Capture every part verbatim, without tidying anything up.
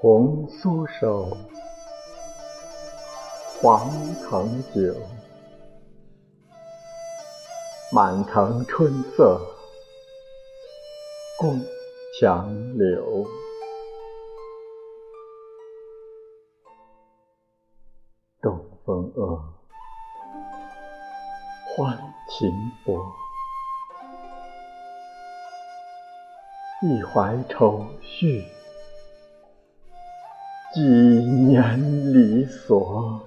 红酥手，黄藤酒，满城春色宫墙柳。东风恶，欢情薄，一怀愁绪，几年离索。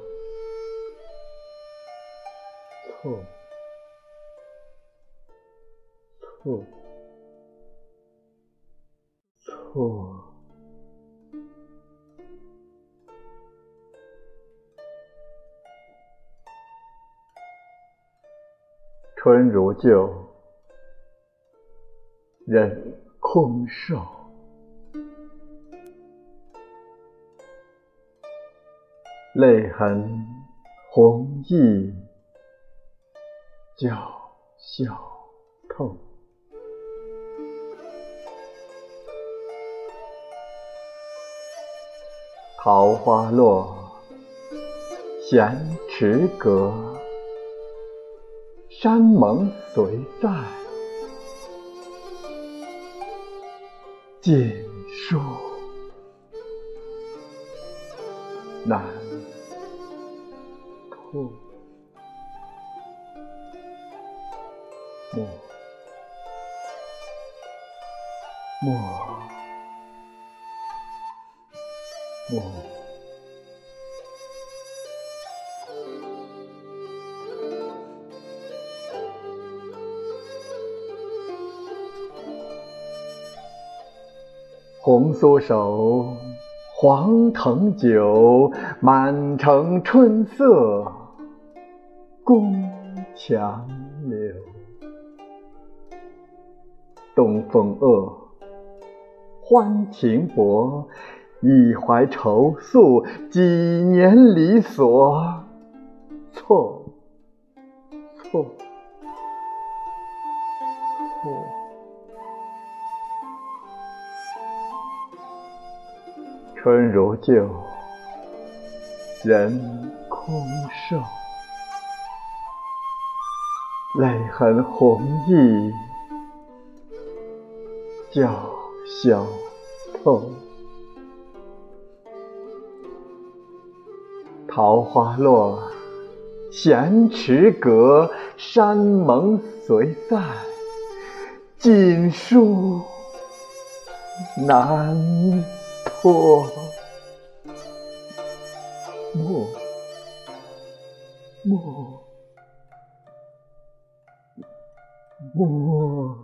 错，错，错。春如旧，人空瘦。泪痕红浥鲛绡透。桃花落，闲池阁，山盟随在，锦书难吐。莫莫莫红酥手，黄藤酒，满城春色宫墙柳。东风恶，欢情薄，一怀愁诉，几年离索。错，错，错。春如旧，人空瘦。泪痕红浥鲛绡透。桃花落，闲池阁，山盟随在，锦书难托。莫莫莫